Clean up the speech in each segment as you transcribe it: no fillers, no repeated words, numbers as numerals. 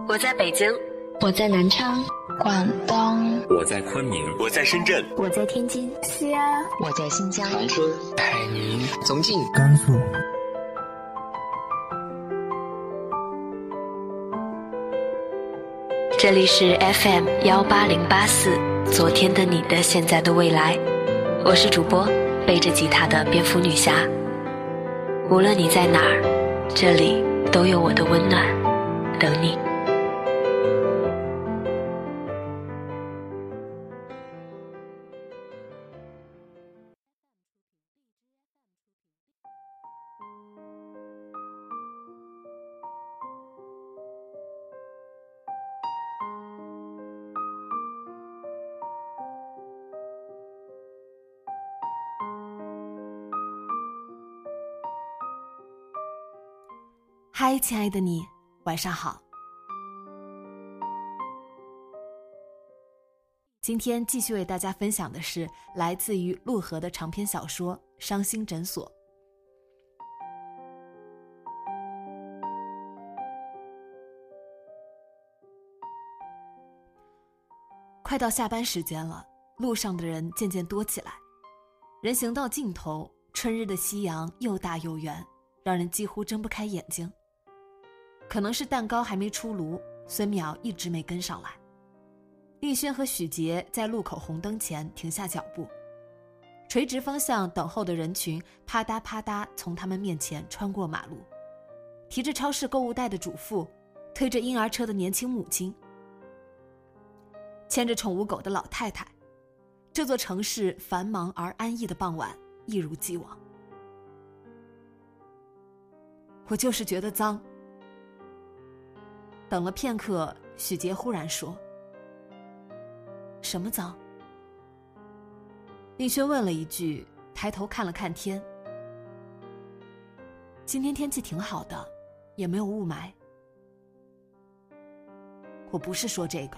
我在北京， 我在南昌， 广东， 我在昆明， 我在深圳， 我在天津， 西安， 我在新疆， 长春， 海宁， 重庆， 甘肃。 这里是 FM18084，昨天的你的现在的未来，我是主播背着吉他的蝙蝠女侠。无论你在哪儿，这里都有我的温暖等你。 嗨，亲爱的你，晚上好。今天继续为大家分享的是来自于陆河的长篇小说《伤心诊所》。快到下班时间了，路上的人渐渐多起来。人行道尽头，春日的夕阳又大又圆，让人几乎睁不开眼睛。可能是蛋糕还没出炉，孙淼一直没跟上来。丽轩和许杰在路口红灯前停下脚步，垂直方向等候的人群啪嗒啪嗒从他们面前穿过马路，提着超市购物袋的主妇，推着婴儿车的年轻母亲，牵着宠物狗的老太太。这座城市繁忙而安逸的傍晚一如既往。我就是觉得脏。等了片刻，许杰忽然说：“什么脏？”丽轩问了一句，抬头看了看天。今天天气挺好的，也没有雾霾。我不是说这个，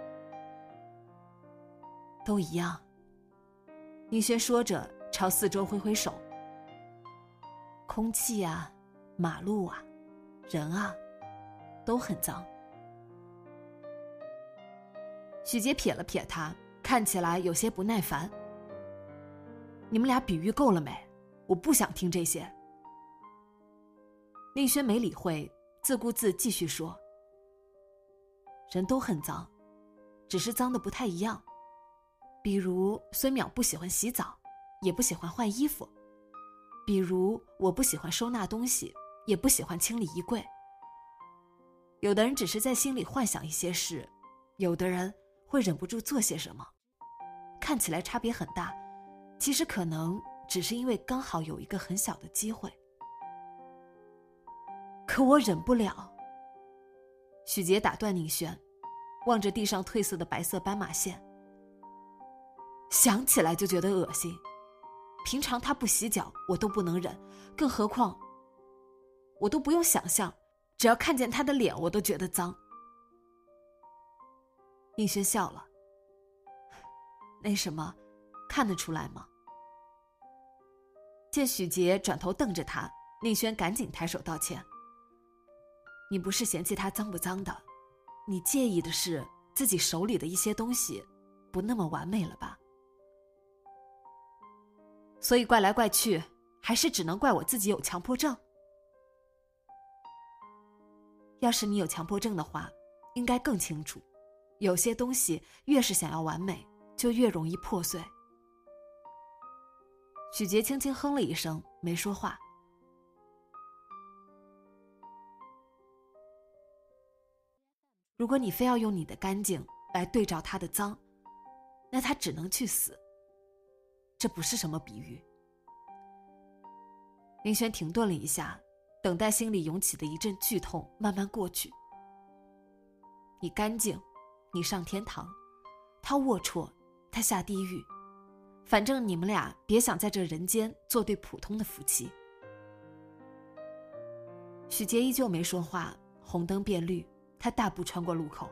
都一样。丽轩说着，朝四周挥挥手。空气啊，马路啊，人啊，都很脏。许杰瞥了瞥他，看起来有些不耐烦。你们俩比喻够了没？我不想听这些。丽轩没理会，自顾自继续说：人都很脏，只是脏的不太一样。比如孙淼不喜欢洗澡，也不喜欢换衣服。比如我不喜欢收纳东西，也不喜欢清理衣柜。有的人只是在心里幻想一些事，有的人会忍不住做些什么，看起来差别很大，其实可能只是因为刚好有一个很小的机会。可我忍不了。许杰打断宁轩，望着地上褪色的白色斑马线，想起来就觉得恶心。平常他不洗脚我都不能忍，更何况我都不用想象，只要看见他的脸我都觉得脏。宁轩笑了。那什么，看得出来吗？见许杰转头瞪着他，宁轩赶紧抬手道歉。你不是嫌弃他脏不脏的，你介意的是自己手里的一些东西不那么完美了吧？所以怪来怪去，还是只能怪我自己有强迫症。要是你有强迫症的话，应该更清楚，有些东西越是想要完美，就越容易破碎。许杰轻轻哼了一声，没说话。如果你非要用你的干净来对照他的脏，那他只能去死。这不是什么比喻。林轩停顿了一下，等待心里涌起的一阵剧痛慢慢过去。你干净，你上天堂，他龌龊，他下地狱。反正你们俩别想在这人间做对普通的夫妻。许杰依旧没说话，红灯变绿，他大步穿过路口。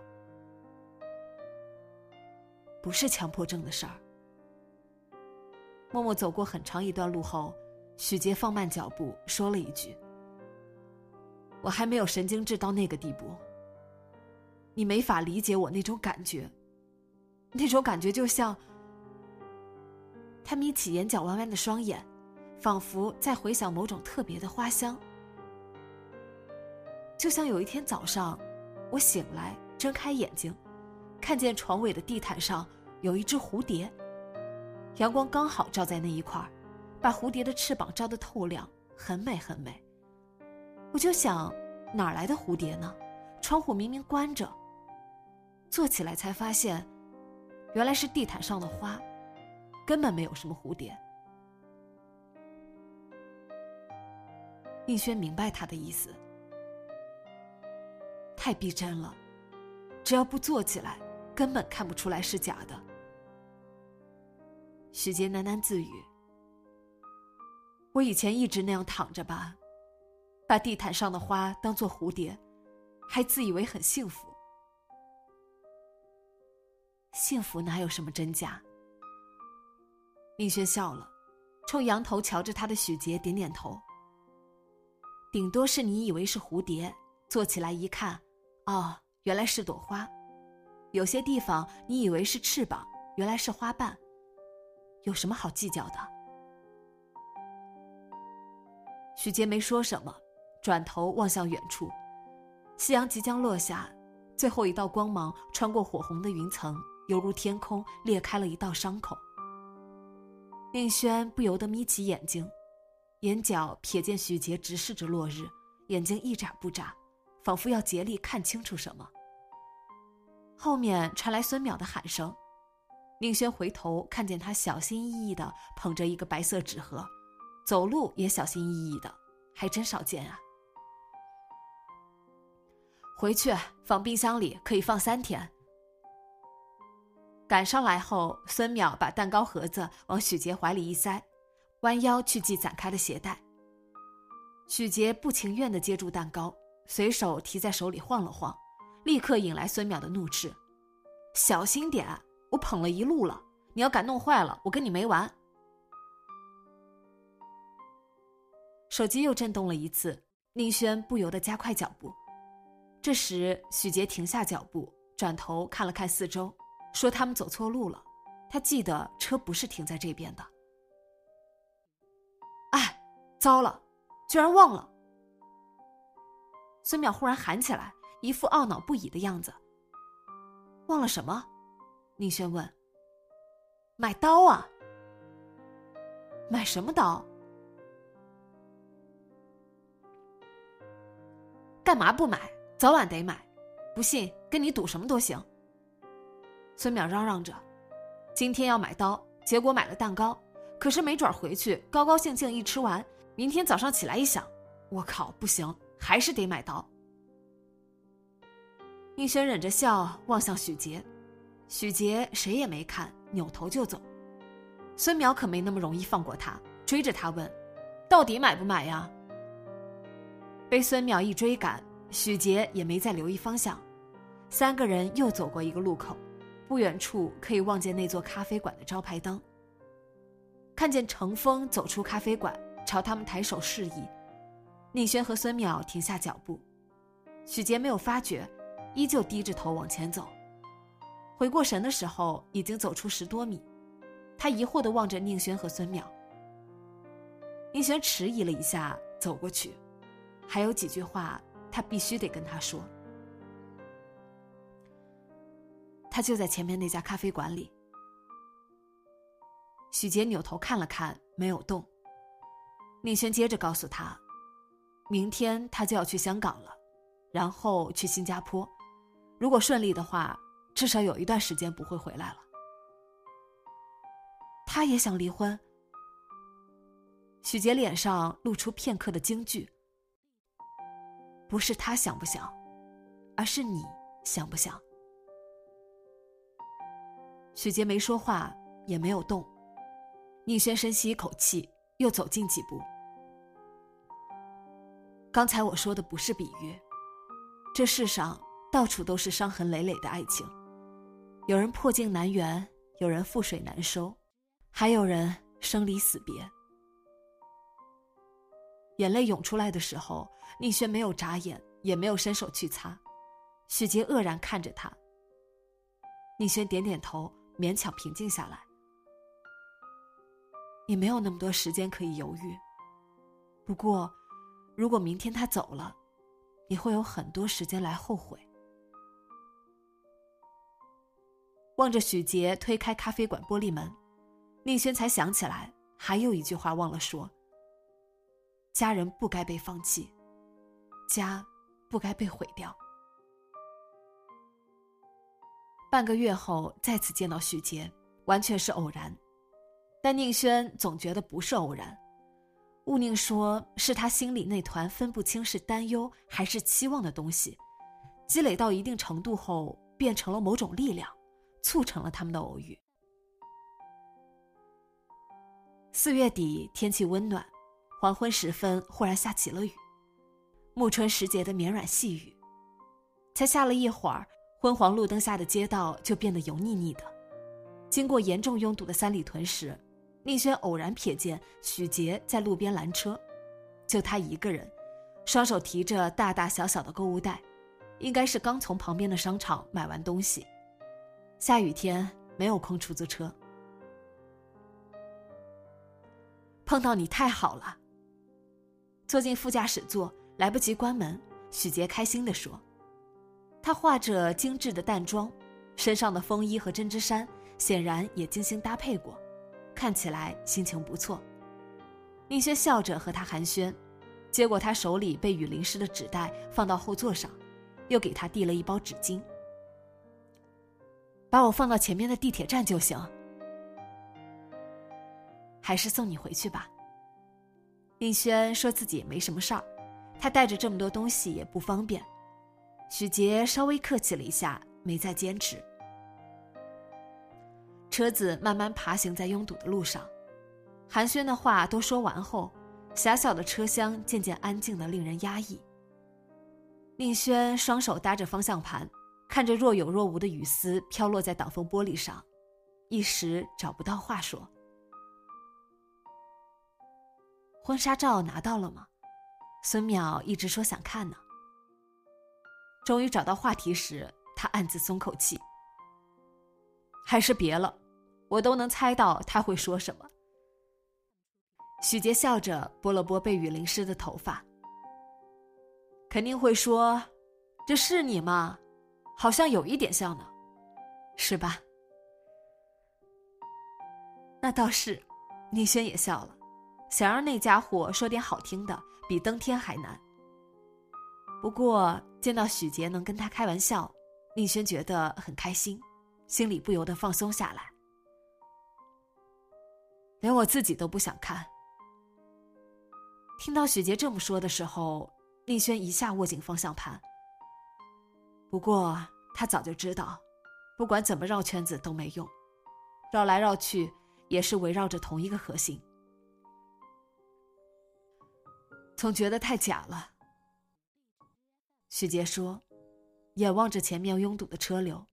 不是强迫症的事儿。默默走过很长一段路后，许杰放慢脚步说了一句：我还没有神经质到那个地步。 你没法理解我那种感觉。那种感觉就像……他眯起眼角弯弯的双眼，仿佛在回想某种特别的花香。就像有一天早上，我醒来睁开眼睛，看见床尾的地毯上有一只蝴蝶，阳光刚好照在那一块，把蝴蝶的翅膀照得透亮，很美很美。我就想，哪来的蝴蝶呢？窗户明明关着。坐起来才发现，原来是地毯上的花，根本没有什么蝴蝶。宁轩明白他的意思，太逼真了，只要不坐起来，根本看不出来是假的。许杰喃喃自语，我以前一直那样躺着吧，把地毯上的花当作蝴蝶，还自以为很幸福。幸福哪有什么真假？宁轩笑了，冲仰头瞧着他的许杰点点头。顶多是你以为是蝴蝶，坐起来一看，哦，原来是朵花。有些地方你以为是翅膀，原来是花瓣。有什么好计较的？许杰没说什么，转头望向远处。夕阳即将落下，最后一道光芒穿过火红的云层，犹如天空裂开了一道伤口。宁轩不由得眯起眼睛，眼角瞥见许杰直视着落日，眼睛一眨不眨，仿佛要竭力看清楚什么。后面传来孙淼的喊声，宁轩回头看见他小心翼翼地捧着一个白色纸盒，走路也小心翼翼的，还真少见啊。回去放冰箱里，可以放3天。赶上来后，孙淼把蛋糕盒子往许杰怀里一塞，弯腰去系展开的鞋带。许杰不情愿地接住蛋糕，随手提在手里晃了晃，立刻引来孙淼的怒斥：小心点，我捧了一路了，你要敢弄坏了，我跟你没完。手机又震动了一次，宁轩不由得加快脚步。这时许杰停下脚步，转头看了看四周，说他们走错路了，他记得车不是停在这边的。哎，糟了，居然忘了！孙淼忽然喊起来，一副懊恼不已的样子。忘了什么？宁轩问。买刀啊。买什么刀？干嘛不买？早晚得买，不信跟你赌什么都行。孙淼嚷嚷着，今天要买刀，结果买了蛋糕，可是没准回去高高兴兴一吃完，明天早上起来一想，我靠，不行，还是得买刀。宁轩忍着笑望向许杰，许杰谁也没看，扭头就走。孙淼可没那么容易放过他，追着他问，到底买不买呀？被孙淼一追赶，许杰也没再留意方向，3个人又走过一个路口，不远处可以望见那座咖啡馆的招牌灯。看见程峰走出咖啡馆，朝他们抬手示意，宁轩和孙淼停下脚步。许杰没有发觉，依旧低着头往前走。回过神的时候，已经走出10多米。他疑惑地望着宁轩和孙淼。宁轩迟疑了一下，走过去，还有几句话他必须得跟他说。他就在前面那家咖啡馆里。许杰扭头看了看，没有动。宁轩接着告诉他，明天他就要去香港了，然后去新加坡，如果顺利的话，至少有一段时间不会回来了。他也想离婚？许杰脸上露出片刻的惊惧。不是他想不想，而是你想不想。许杰没说话，也没有动。宁轩深吸一口气，又走近几步。刚才我说的不是比喻，这世上到处都是伤痕累累的爱情，有人破镜难圆，有人覆水难收，还有人生离死别。眼泪涌出来的时候，宁轩没有眨眼，也没有伸手去擦， 许杰愕然看着他。宁轩点点头，勉强平静下来。你没有那么多时间可以犹豫，不过如果明天他走了，你会有很多时间来后悔。望着许杰推开咖啡馆玻璃门，宁轩才想起来还有一句话忘了说：家人不该被放弃，家不该被毁掉。半个月后再次见到许杰，完全是偶然，但宁轩总觉得不是偶然。悟宁说是他心里那团分不清是担忧还是期望的东西，积累到一定程度后变成了某种力量，促成了他们的偶遇。4月底天气温暖，黄昏时分忽然下起了雨，暮春时节的绵软细雨。才下了一会儿，昏黄路灯下的街道就变得油腻腻的。经过严重拥堵的三里屯时，宁轩偶然瞥见许杰在路边拦车，就他一个人，双手提着大大小小的购物袋，应该是刚从旁边的商场买完东西。下雨天没有空出租车。碰到你太好了。坐进副驾驶座，来不及关门，许杰开心地说。他画着精致的淡妆，身上的风衣和针织衫显然也精心搭配过，看起来心情不错。宁轩笑着和他寒暄，接过他手里被雨淋湿的纸袋放到后座上，又给他递了一包纸巾。把我放到前面的地铁站就行。还是送你回去吧。宁轩说自己也没什么事儿，他带着这么多东西也不方便。许杰稍微客气了一下，没再坚持。车子慢慢爬行在拥堵的路上，寒暄的话都说完后，狭小的车厢渐渐安静得令人压抑。宁轩双手搭着方向盘，看着若有若无的雨丝飘落在挡风玻璃上，一时找不到话说。婚纱照拿到了吗？孙淼一直说想看呢。终于找到话题时，他暗自松口气。还是别了，我都能猜到他会说什么。许杰笑着拨了拨被雨淋湿的头发。肯定会说，这是你吗？好像有一点像呢，是吧？那倒是。宁轩也笑了，想让那家伙说点好听的，比登天还难。不过见到许杰能跟他开玩笑，宁轩觉得很开心，心里不由得放松下来。连我自己都不想看。听到许杰这么说的时候，宁轩一下握紧方向盘。不过他早就知道，不管怎么绕圈子都没用，绕来绕去也是围绕着同一个核心。总觉得太假了。许杰说，眼望着前面拥堵的车流。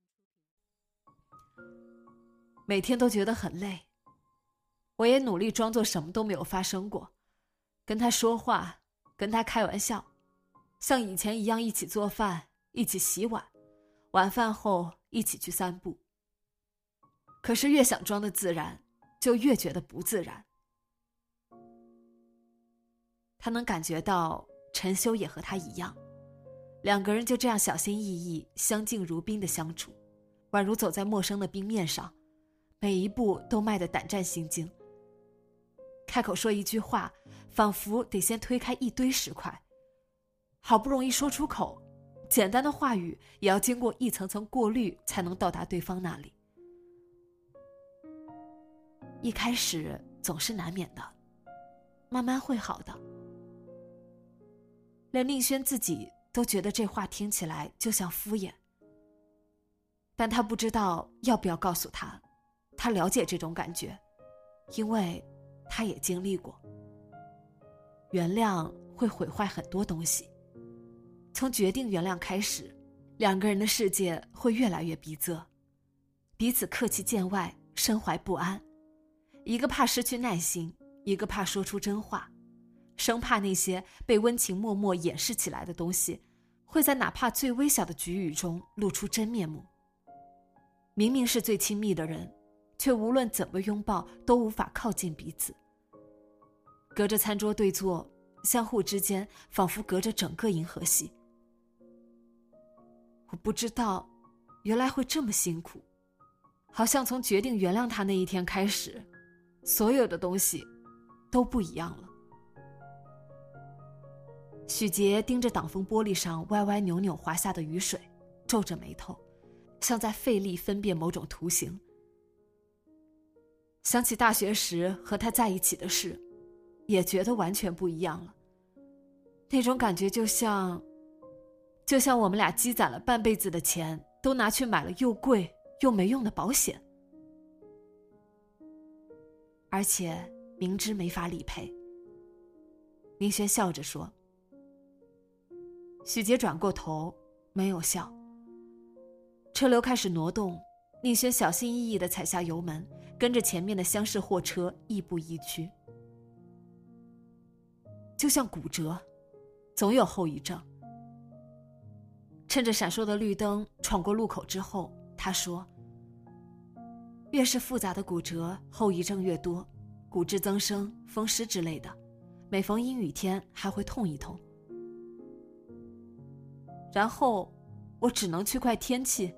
每天都觉得很累，我也努力装作什么都没有发生过，跟他说话，跟他开玩笑，像以前一样一起做饭，一起洗碗，晚饭后一起去散步。可是越想装的自然，就越觉得不自然。他能感觉到陈修也和他一样，两个人就这样小心翼翼，相敬如宾的相处，宛如走在陌生的冰面上，每一步都迈得胆战心惊。开口说一句话，仿佛得先推开一堆石块，好不容易说出口，简单的话语也要经过一层层过滤才能到达对方那里。一开始总是难免的，慢慢会好的。连宁轩自己都觉得这话听起来就像敷衍，但他不知道要不要告诉他，他了解这种感觉，因为他也经历过。原谅会毁坏很多东西，从决定原谅开始，两个人的世界会越来越逼仄，彼此客气见外，身怀不安，一个怕失去耐心，一个怕说出真话，生怕那些被温情脉脉掩饰起来的东西会在哪怕最微小的举语中露出真面目。明明是最亲密的人，却无论怎么拥抱都无法靠近彼此。隔着餐桌对坐，相互之间仿佛隔着整个银河系。我不知道原来会这么辛苦，好像从决定原谅他那一天开始，所有的东西都不一样了。许杰盯着挡风玻璃上歪歪扭扭滑下的雨水，皱着眉头，像在费力分辨某种图形。想起大学时和他在一起的事，也觉得完全不一样了。那种感觉就像我们俩积攒了半辈子的钱，都拿去买了又贵又没用的保险，而且明知没法理赔。宁轩笑着说。许杰转过头，没有笑。车流开始挪动，宁轩小心翼翼地踩下油门，跟着前面的厢式货车亦步亦趋。就像骨折，总有后遗症。趁着闪烁的绿灯闯过路口之后，他说，越是复杂的骨折，后遗症越多，骨质增生、风湿之类的，每逢阴雨天还会痛一痛。然后我只能去怪天气，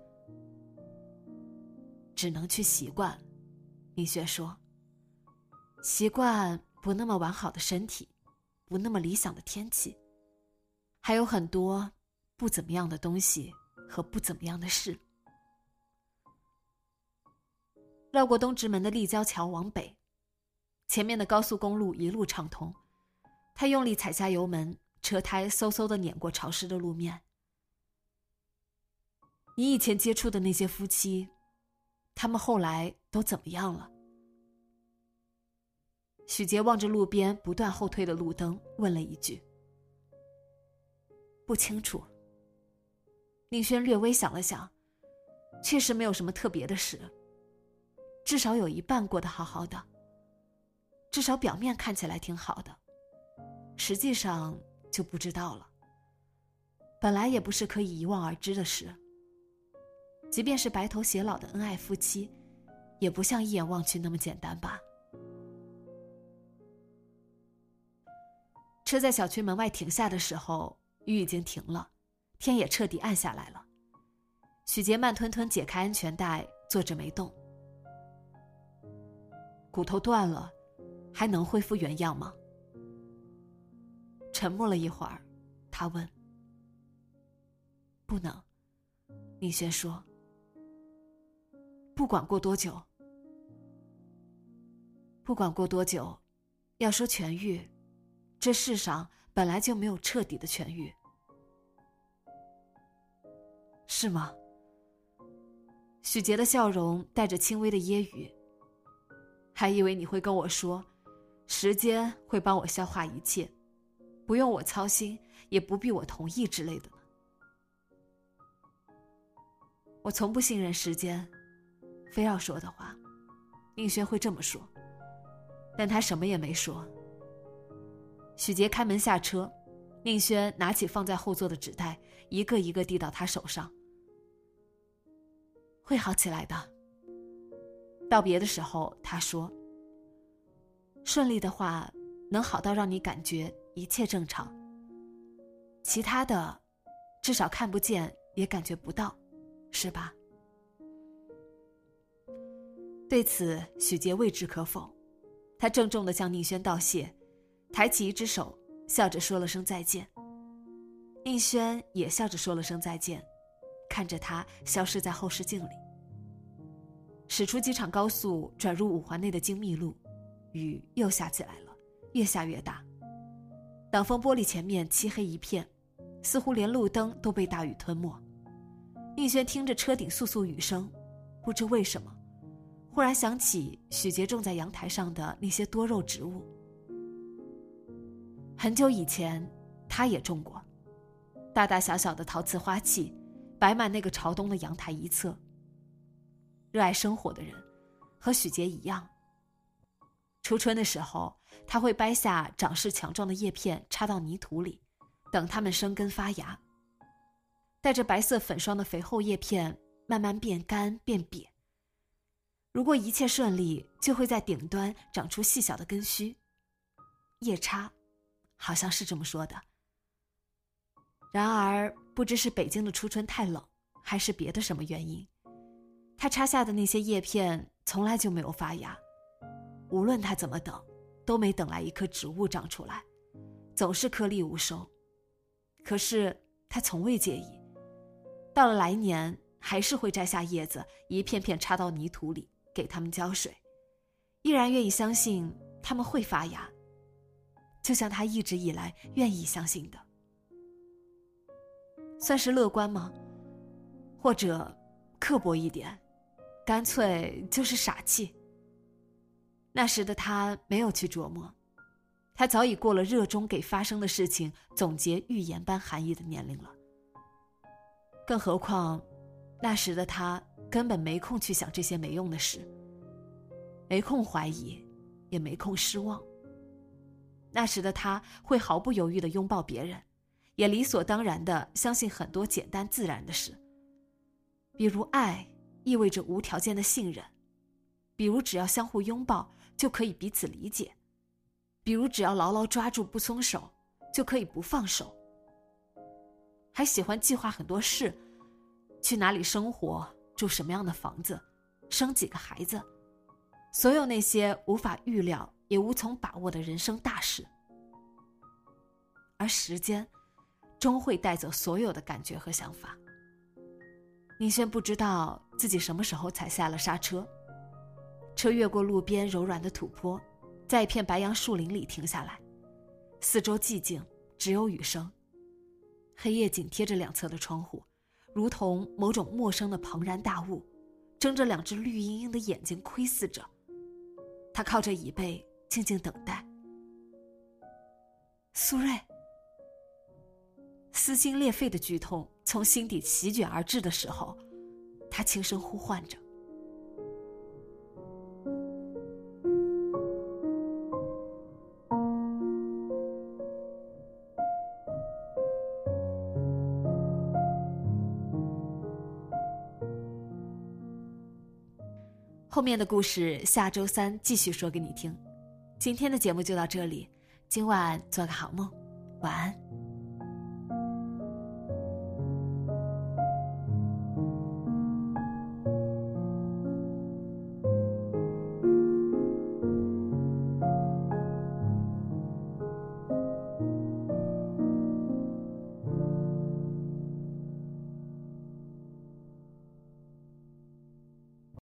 只能去习惯。宁轩说，习惯不那么完好的身体，不那么理想的天气，还有很多不怎么样的东西和不怎么样的事。绕过东直门的立交桥往北，前面的高速公路一路畅通，他用力踩下油门，车胎嗖嗖地碾过潮湿的路面。你以前接触的那些夫妻，他们后来都怎么样了？许杰望着路边不断后退的路灯，问了一句。不清楚。宁轩略微想了想，确实没有什么特别的事，至少有一半过得好好的，至少表面看起来挺好的，实际上就不知道了。本来也不是可以一望而知的事，即便是白头偕老的恩爱夫妻，也不像一眼望去那么简单吧。车在小区门外停下的时候，雨已经停了，天也彻底暗下来了。许杰慢吞吞解开安全带，坐着没动。骨头断了，还能恢复原样吗？沉默了一会儿，他问。不能，宁轩说。不管过多久，要说痊愈，这世上本来就没有彻底的痊愈。是吗？许杰的笑容带着轻微的揶揄，还以为你会跟我说，时间会帮我消化一切，不用我操心，也不必我同意之类的呢。我从不信任时间非要说的话，宁轩会这么说，但他什么也没说。许杰开门下车，宁轩拿起放在后座的纸袋，一个一个递到他手上。会好起来的。道别的时候他说，顺利的话能好到让你感觉一切正常，其他的至少看不见也感觉不到，是吧？对此许杰未置可否，他郑重地向宁轩道谢，抬起一只手，笑着说了声再见。宁轩也笑着说了声再见，看着他消失在后视镜里。驶出机场高速，转入五环内的精密路，雨又下起来了，越下越大。挡风玻璃前面漆黑一片，似乎连路灯都被大雨吞没。宁轩听着车顶簌簌雨声，不知为什么忽然想起许杰种在阳台上的那些多肉植物。很久以前他也种过，大大小小的陶瓷花器摆满那个朝东的阳台一侧。热爱生活的人和许杰一样，初春的时候他会掰下长势强壮的叶片插到泥土里，等它们生根发芽， 带着白色粉霜的肥厚叶片慢慢变干变瘪。如果一切顺利，就会在顶端长出细小的根须。夜叉，好像是这么说的。然而，不知是北京的初春太冷，还是别的什么原因，它插下的那些叶片从来就没有发芽。无论它怎么等，都没等来一棵植物长出来，总是颗粒无收。可是它从未介意，到了来年，还是会摘下叶子，一片片插到泥土里，给它们浇水，依然愿意相信它们会发芽，就像他一直以来愿意相信的。算是乐观吗？或者刻薄一点，干脆就是傻气。那时的他没有去琢磨，他早已过了热衷给发生的事情总结预言般含义的年龄了。更何况那时的他根本没空去想这些没用的事，没空怀疑，也没空失望。那时的他会毫不犹豫地拥抱别人，也理所当然地相信很多简单自然的事，比如爱意味着无条件的信任，比如只要相互拥抱就可以彼此理解，比如只要牢牢抓住不松手就可以不放手。还喜欢计划很多事，去哪里生活，住什么样的房子，生几个孩子，所有那些无法预料也无从把握的人生大事。而时间终会带走所有的感觉和想法。宁轩不知道自己什么时候踩下了刹车，车越过路边柔软的土坡，在一片白杨树林里停下来，四周寂静，只有雨声。黑夜紧贴着两侧的窗户，如同某种陌生的庞然大物，睁着两只绿莹莹的眼睛窥视着。他靠着椅背静静等待。苏芮，撕心裂肺的剧痛从心底席卷而至的时候，他轻声呼唤着。后面的故事下周3继续说给你听。今天的节目就到这里，今晚做个好梦，晚安。